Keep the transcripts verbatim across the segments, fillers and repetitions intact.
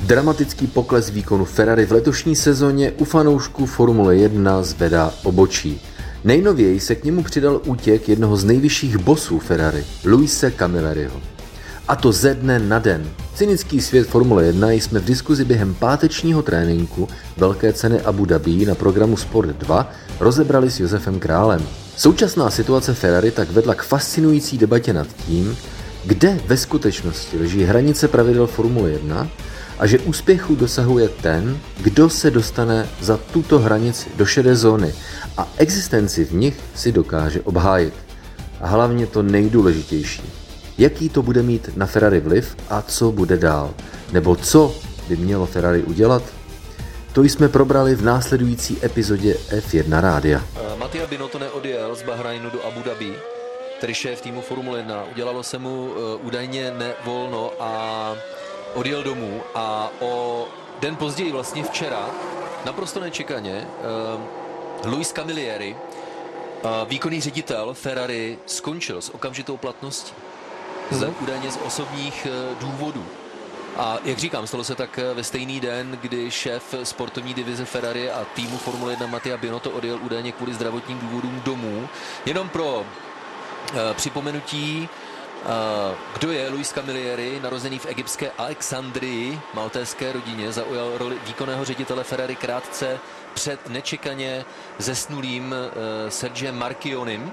Dramatický pokles výkonu Ferrari v letošní sezóně u fanoušků Formule jedna zvedá obočí. Nejnověji se k němu přidal útěk jednoho z nejvyšších bosů Ferrari, Luise Camilleriho. A to ze dne na den. Cynický svět Formule jedna jsme v diskuzi během pátečního tréninku Velké ceny Abu Dhabí na programu Sport dva rozebrali s Josefem Králem. Současná situace Ferrari tak vedla k fascinující debatě nad tím, kde ve skutečnosti leží hranice pravidel Formule jedna a že úspěchu dosahuje ten, kdo se dostane za tuto hranici do šedé zóny a existenci v nich si dokáže obhájit. A hlavně to nejdůležitější. Jaký to bude mít na Ferrari vliv a co bude dál? Nebo co by mělo Ferrari udělat? To jsme probrali v následující epizodě F jedna rádia. Mattia Binotto neodjel z Bahrajnu do Abu Dhabi, tedy šéf týmu Formule jedna. Udělalo se mu uh, údajně nevolno a odjel domů a o den později, vlastně včera, naprosto nečekaně, uh, Luis Camilleri, uh, výkonný ředitel Ferrari, skončil s okamžitou platností. Zde hmm. údajně z osobních uh, důvodů. A jak říkám, stalo se tak ve stejný den, kdy šéf sportovní divize Ferrari a týmu Formule jedna Mattia Binotto odjel údajně kvůli zdravotním důvodům domů. Jenom pro uh, připomenutí, uh, kdo je Luis Camilleri, narozený v egyptské Alexandrii, maltéské rodině, zaujal roli výkonného ředitele Ferrari krátce před nečekaně zesnulým uh, Sergiem Marchionem,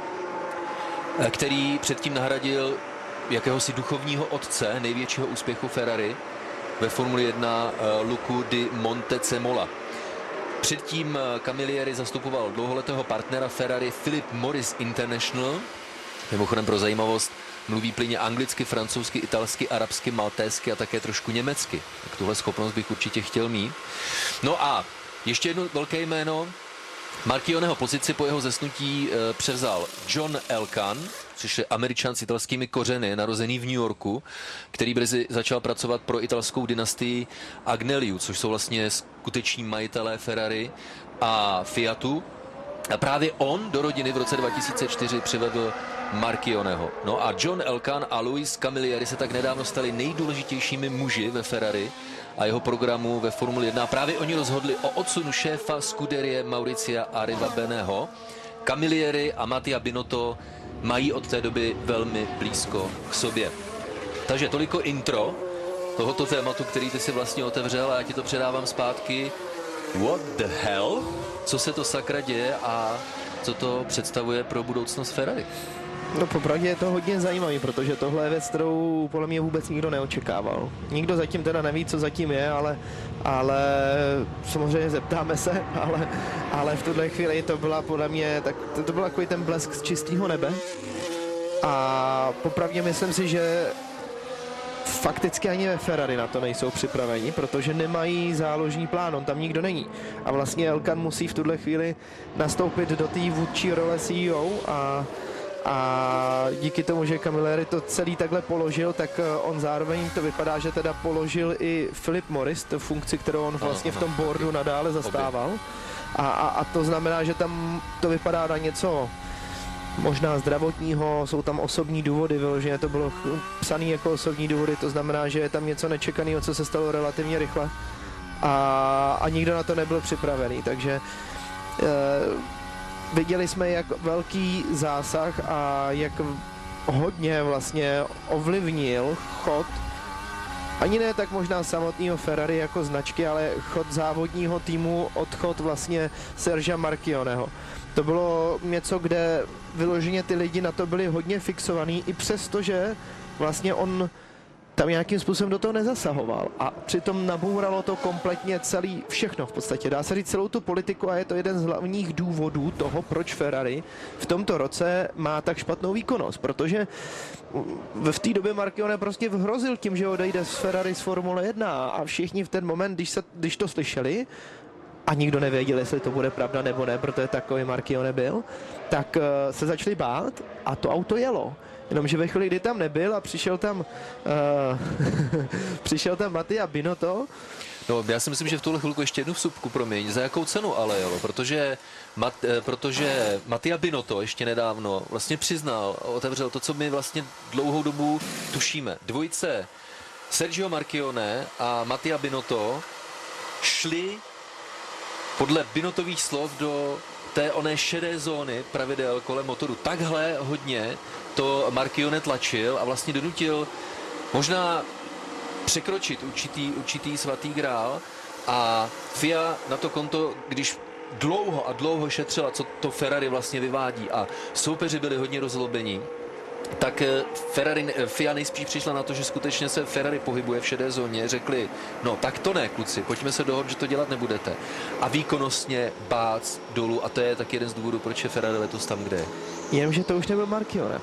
uh, který předtím nahradil jakéhosi duchovního otce největšího úspěchu Ferrari ve Formuli jedna Lucu di Montezemolo. Předtím Camilleri zastupoval dlouholetého partnera Ferrari Philip Morris International. Mimochodem pro zajímavost mluví plynně anglicky, francouzsky, italsky, arabsky, maltésky a také trošku německy. Tak tuhle schopnost bych určitě chtěl mít. No a ještě jedno velké jméno. Marchioneho pozici po jeho zesnutí e, převzal John Elkann, což je Američan s italskými kořeny, narozený v New Yorku, který brzy začal pracovat pro italskou dynastii Agnelliů, což jsou vlastně skuteční majitelé Ferrari a Fiatu. A právě on do rodiny v roce dva tisíce čtyři přivedl Marchioneho. No a John Elkann a Luis Camilleri se tak nedávno stali nejdůležitějšími muži ve Ferrari a jeho programu ve Formule jedna. A právě oni rozhodli o odsunu šéfa Scuderie Maurizia Arrivabeneho. Camilleri a Mattia Binotto mají od té doby velmi blízko k sobě. Takže toliko intro tohoto tématu, který ty si vlastně otevřel, a já ti to předávám zpátky. What the hell? Co se to sakra děje a co to představuje pro budoucnost Ferrari? No popravdě je to hodně zajímavý, protože tohle je věc, kterou podle mě vůbec nikdo neočekával. Nikdo zatím teda neví, co zatím je, ale, ale samozřejmě zeptáme se, ale, ale v tuhle chvíli to byla podle mě, tak to, to byl takový ten blesk z čistého nebe. A popravdě myslím si, že fakticky ani ve Ferrari na to nejsou připraveni, protože nemají záložní plán, on tam nikdo není. A vlastně Elkann musí v tuhle chvíli nastoupit do té vůdčí role C E O a A díky tomu, že Camilleri to celý takhle položil, tak on zároveň to vypadá, že teda položil i Philip Morris, tu funkci, kterou on vlastně v tom boardu nadále zastával. A, a, a to znamená, že tam to vypadá na něco možná zdravotního, jsou tam osobní důvody, vyloženě to bylo psané jako osobní důvody, to znamená, že je tam něco nečekaného, co se stalo relativně rychle. A, a nikdo na to nebyl připravený, takže e, viděli jsme, jak velký zásah a jak hodně vlastně ovlivnil chod, ani ne tak možná samotného Ferrari jako značky, ale chod závodního týmu, odchod vlastně Sergia Marchioneho. To bylo něco, kde vyloženě ty lidi na to byli hodně fixovaní, i přesto, že vlastně on tam nějakým způsobem do toho nezasahoval a přitom nabouralo to kompletně celý, všechno v podstatě, dá se říct celou tu politiku, a je to jeden z hlavních důvodů toho, proč Ferrari v tomto roce má tak špatnou výkonnost, protože v té době Marchione prostě hrozil tím, že odejde z Ferrari z Formule jedna a všichni v ten moment, když, se, když to slyšeli, a nikdo nevěděl, jestli to bude pravda nebo ne, protože takový Marchione byl, tak uh, se začali bát a to auto jelo. Jenomže ve chvíli, kdy tam nebyl a přišel tam uh, přišel tam Mattia Binotto. No, já si myslím, že v tuhle chvilku ještě jednu vsupku, promiň, za jakou cenu ale jelo, protože, Mat, protože Mattia Binotto ještě nedávno vlastně přiznal, otevřel to, co my vlastně dlouhou dobu tušíme. Dvojice Sergio Marchionne a Mattia Binotto šli podle Binottových slov do té oné šedé zóny pravidel kolem motoru. Takhle hodně to Marchionne tlačil a vlastně donutil možná překročit určitý, určitý svatý grál a F I A na to konto, když dlouho a dlouho šetřila, co to Ferrari vlastně vyvádí a soupeři byli hodně rozlobení, tak Ferrari, F I A nejspíš přišla na to, že skutečně se Ferrari pohybuje v šedé zóně. Řekli, no tak to ne, kluci, pojďme se dohodnout, že to dělat nebudete. A výkonnostně bác dolů a to je tak jeden z důvodů, proč je Ferrari letos tam, kde je. Jenomže to už nebyl Marchionne.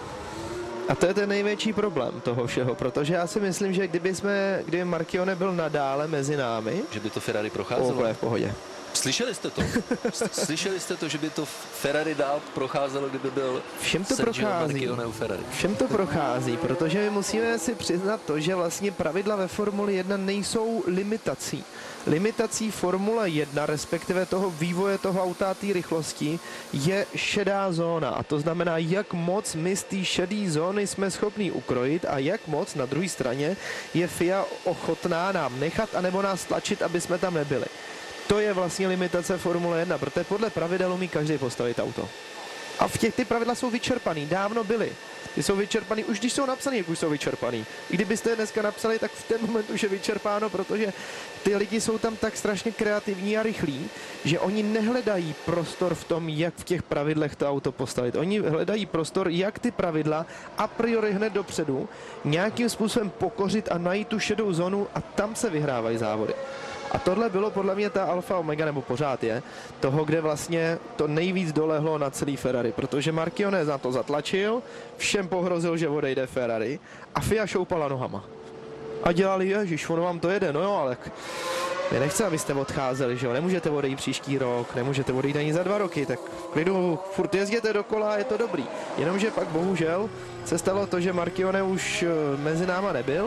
A to je ten největší problém toho všeho, protože já si myslím, že kdyby, jsme, kdyby Marchionne byl nadále mezi námi, že by to Ferrari procházelo. Úplně v pohodě. Slyšeli jste to? Slyšeli jste to, že by to Ferrari dál procházelo, kdyby byl Všem to Sergio prochází. Marchionne u Ferrari? Všem to prochází, protože my musíme si přiznat to, že vlastně pravidla ve Formuli jedna nejsou limitací. Limitací Formule jedna, respektive toho vývoje toho auta a té rychlosti, je šedá zóna. A to znamená, jak moc my z té šedé zóny jsme schopní ukrojit a jak moc na druhé straně je F I A ochotná nám nechat anebo nás tlačit, aby jsme tam nebyli. To je vlastně limitace Formule jedna, protože podle pravidel umí každý postavit auto. A v těch ty pravidla jsou vyčerpaný, dávno byly. Ty jsou vyčerpaný, už když jsou napsaný, jak už jsou vyčerpaný. I kdybyste je dneska napsali, tak v ten moment už je vyčerpáno, protože ty lidi jsou tam tak strašně kreativní a rychlí, že oni nehledají prostor v tom, jak v těch pravidlech to auto postavit. Oni hledají prostor, jak ty pravidla a priori hned dopředu nějakým způsobem pokořit a najít tu šedou zónu a tam se vyhrávají závody. A tohle bylo podle mě ta alfa omega, nebo pořád je, toho, kde vlastně to nejvíc dolehlo na celý Ferrari, protože Marchionne za to zatlačil, všem pohrozil, že odejde Ferrari a F I A šoupala nohama. A dělali, ježiš, ono vám to jede, no jo, ale my nechce, abyste odcházeli, že jo, nemůžete odejít příští rok, nemůžete odejít ani za dva roky, tak klidu, furt jezděte dokola a je to dobrý. Jenomže pak bohužel se stalo to, že Marchionne už mezi náma nebyl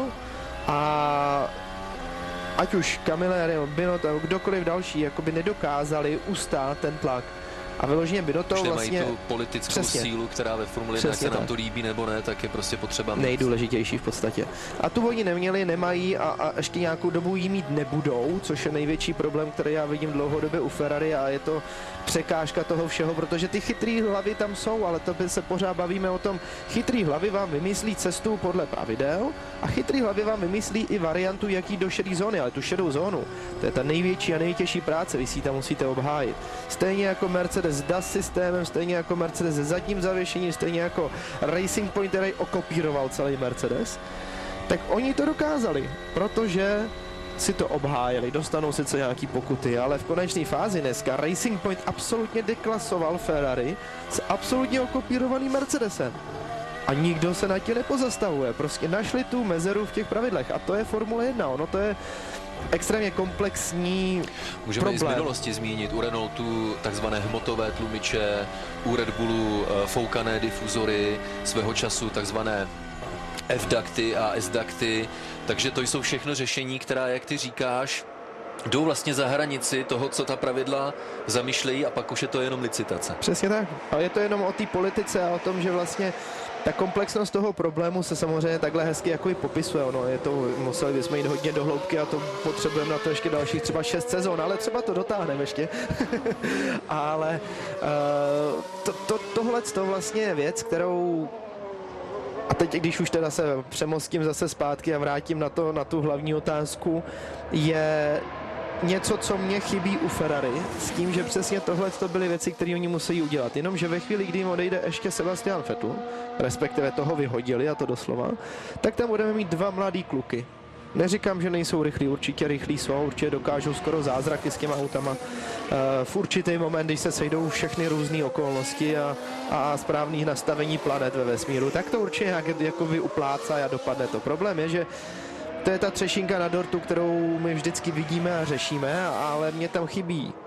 a ať už Camilleri, Binotto, kdokoliv další, jakoby nedokázali ustát ten tlak. A vyloženě Binotto vlastně... Mají tu politickou přesně, sílu, která ve Formuli jedna, se nám to líbí nebo ne, tak je prostě potřeba mít. Nejdůležitější v podstatě. A tu oni neměli, nemají a, a ještě nějakou dobu jí mít nebudou, což je největší problém, který já vidím dlouhodobě u Ferrari a je to překážka toho všeho, protože ty chytrý hlavy tam jsou, ale to by se pořád bavíme o tom, chytrý hlavy vám vymyslí cestu podle pravidel a chytrý hlavy vám vymyslí i variantu, jaký do šedé zóny, ale tu šedou zónu, to je ta největší a nejtěžší práce, vy si tam musíte obhájit. Stejně jako Mercedes s D A S systémem, stejně jako Mercedes se zadním zavěšením, stejně jako Racing Point, který okopíroval celý Mercedes, tak oni to dokázali, protože si to obhájili, dostanou sice nějaký pokuty, ale v konečné fázi dneska Racing Point absolutně deklasoval Ferrari s absolutně okopírovaným Mercedesem. A nikdo se na tě nepozastavuje, prostě našli tu mezeru v těch pravidlech a to je Formule jedna, ono to je extrémně komplexní Můžeme problém. i z minulosti zmínit u Renaultu takzvané hmotové tlumiče, u Red Bullu foukané difuzory, svého času takzvané F-ducty a S-ducty, takže to jsou všechno řešení, která, jak ty říkáš, jdou vlastně za hranici toho, co ta pravidla zamýšlejí a pak už je to jenom licitace. Přesně tak. A je to jenom o té politice a o tom, že vlastně ta komplexnost toho problému se samozřejmě takhle hezky jako i popisuje. Ono je to, museli bychom jít hodně do hloubky a to potřebujeme na to ještě dalších třeba šest sezon, ale třeba to dotáhneme ještě. ale uh, to, to, tohle to vlastně je věc, kterou a teď, když už teda se přemostím zase zpátky a vrátím na, to, na tu hlavní otázku, je něco, co mě chybí u Ferrari, s tím, že přesně tohle to byly věci, které oni musí udělat. Jenomže ve chvíli, kdy jim odejde ještě Sebastian Vettel, respektive toho vyhodili, a to doslova, tak tam budeme mít dva mladý kluky. Neříkám, že nejsou rychlí, určitě rychlí jsou, určitě dokážou skoro zázraky s těma autama. Uh, v určitý moment, když se sejdou všechny různé okolnosti a, a správných nastavení planet ve vesmíru, tak to určitě jak, jako vy uplácá a dopadne to. Problém je, že to je ta třešinka na dortu, kterou my vždycky vidíme a řešíme, ale mě tam chybí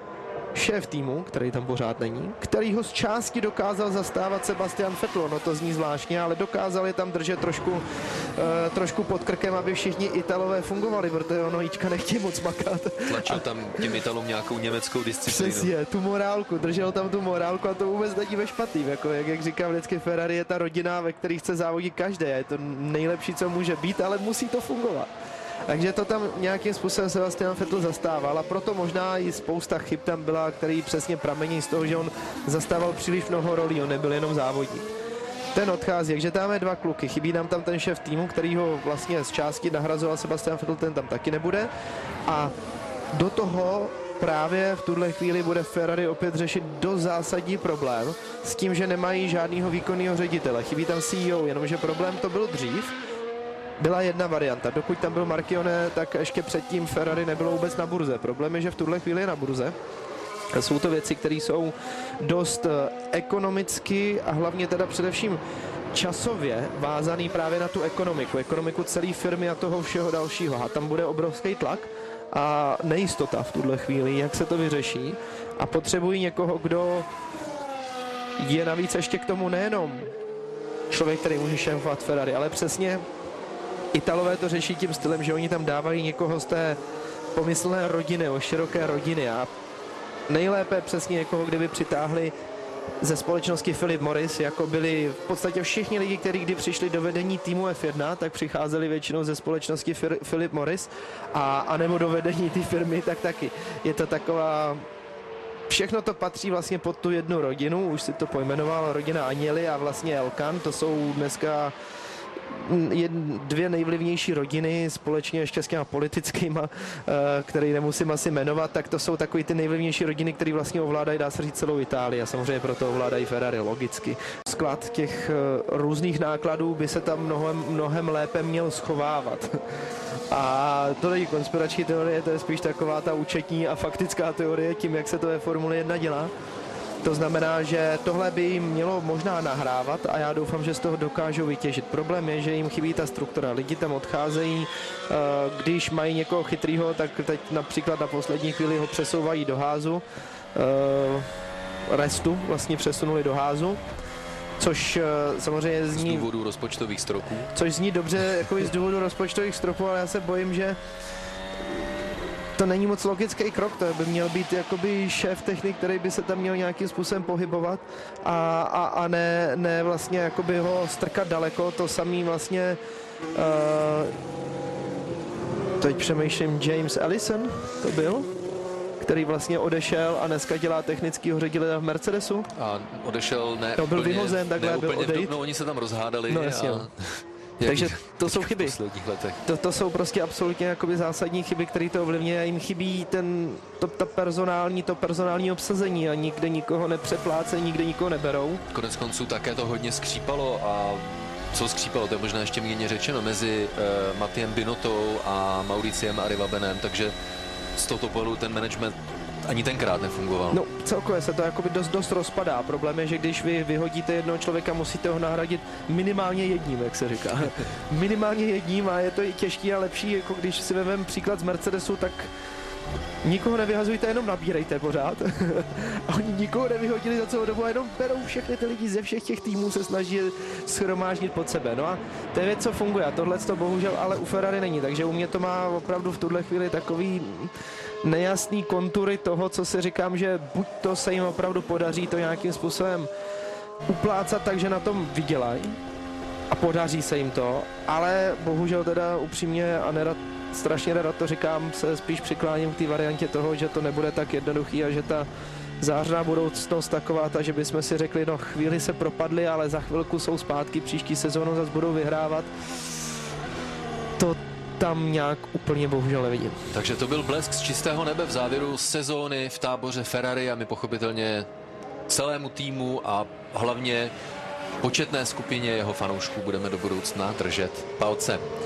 šéf týmu, který tam pořád není, který ho z části dokázal zastávat Sebastian Vettel, no to zní zvláštně, ale dokázal je tam držet trošku, uh, trošku pod krkem, aby všichni Italové fungovali, protože ono Jíčka nechtějí moc makat. Tlačil a tam těm Italům nějakou německou disciplínu. Přesně, tu morálku, držel tam tu morálku a to vůbec není ve špatný, jako jak, jak říkám vždycky, Ferrari je ta rodina, ve které chce závodit každý, je to nejlepší, co může být, ale musí to fungovat. Takže to tam nějakým způsobem Sebastian Vettel zastával a proto možná i spousta chyb tam byla, který přesně pramení z toho, že on zastával příliš mnoho rolí, on nebyl jenom závodník. Ten odchází, takže tam máme dva kluky, chybí nám tam ten šéf týmu, který ho vlastně z části nahrazoval Sebastian Vettel, ten tam taky nebude a do toho právě v tuhle chvíli bude Ferrari opět řešit dost zásadní problém s tím, že nemají žádného výkonného ředitele, chybí tam C E O, jenomže problém to byl dřív. Byla jedna varianta, dokud tam byl Marchione, tak ještě předtím Ferrari nebylo vůbec na burze. Problém je, že v tuhle chvíli je na burze. Jsou to věci, které jsou dost ekonomicky a hlavně teda především časově vázaný právě na tu ekonomiku. Ekonomiku celé firmy a toho všeho dalšího. A tam bude obrovský tlak a nejistota v tuhle chvíli, jak se to vyřeší. A potřebují někoho, kdo je navíc ještě k tomu nejenom člověk, který může šéfovat Ferrari, ale přesně Italové to řeší tím stylem, že oni tam dávají někoho z té pomyslné rodiny, o široké rodiny a nejlépe přesně někoho, kdyby přitáhli ze společnosti Philip Morris, jako byli v podstatě všichni lidi, kteří kdy přišli do vedení týmu F jedna, tak přicházeli většinou ze společnosti Philip Morris a, a nebo do vedení té firmy, tak taky. Je to taková... Všechno to patří vlastně pod tu jednu rodinu, už si to pojmenoval, rodina Agnelli a vlastně Elkann, to jsou dneska dvě nejvlivnější rodiny společně ještě s těma politickýma, který nemusím asi jmenovat, tak to jsou takový ty nejvlivnější rodiny, které vlastně ovládají, dá se říct, celou Itálii a samozřejmě proto ovládají Ferrari, logicky. Sklad těch různých nákladů by se tam mnohem, mnohem lépe měl schovávat. A to není konspirační teorie, to je spíš taková ta účetní a faktická teorie tím, jak se to ve Formule jedna dělá. To znamená, že tohle by jim mělo možná nahrávat a já doufám, že z toho dokážou vytěžit. Problém je, že jim chybí ta struktura. Lidi tam odcházejí, když mají někoho chytrýho, tak teď například na poslední chvíli ho přesouvají do házu. Restu vlastně přesunuli do házu, což samozřejmě zní... Z důvodu rozpočtových stropů. Což zní dobře jako z důvodu rozpočtových stropů, ale já se bojím, že to není moc logický krok, to by měl být jakoby šéf technik, který by se tam měl nějakým způsobem pohybovat a, a, a ne, ne vlastně jakoby ho strkat daleko, to samý vlastně uh, teď přemýšlím, James Allison to byl, který vlastně odešel a dneska dělá technickýho ředitele v Mercedesu. A odešel ne to byl úplně, vyhozen, takhle byl odejít. No, oni se tam rozhádali. No, jasně, a... Takže to jsou chyby. To, to jsou prostě absolutně jakoby zásadní chyby, které to ovlivňují a jim chybí ten, to, ta personální, to personální obsazení a nikde nikoho nepřeplácejí, nikde nikoho neberou. Konec konců také to hodně skřípalo a co skřípalo, to je možná ještě mírně řečeno, mezi uh, Mattiem Binottou a Mauriciem Arrivabenem, takže z tohoto pohledu ten management ani tenkrát nefungoval. No celkově se to jakoby dost, dost rozpadá. Problém je, že když vy vyhodíte jednoho člověka, musíte ho nahradit minimálně jedním, jak se říká. Minimálně jedním a je to i těžký a lepší, jako když si vezmeme příklad z Mercedesu, tak nikoho nevyhazujte, jenom nabírejte pořád. A oni nikoho nevyhodili za celou dobu a jenom berou všechny ty lidi ze všech těch týmů, se snaží shromáždit pod sebe. No a to je věc, co funguje. A tohle to bohužel ale u Ferrari není, takže u mě to má opravdu v tuhle chvíli takový nejasný kontury toho, co si říkám, že buď to se jim opravdu podaří to nějakým způsobem uplácat, takže na tom vydělají a podaří se jim to, ale bohužel teda upřímně a nerad, strašně rád to říkám, se spíš přikláním k té variantě toho, že to nebude tak jednoduchý a že ta zářná budoucnost taková ta, že bychom si řekli, no chvíli se propadli, ale za chvilku jsou zpátky, příští sezónu zase budou vyhrávat. To tam nějak úplně bohužel nevidím. Takže to byl blesk z čistého nebe v závěru sezóny v táboře Ferrari a my pochopitelně celému týmu a hlavně početné skupině jeho fanoušků budeme do budoucna držet palce.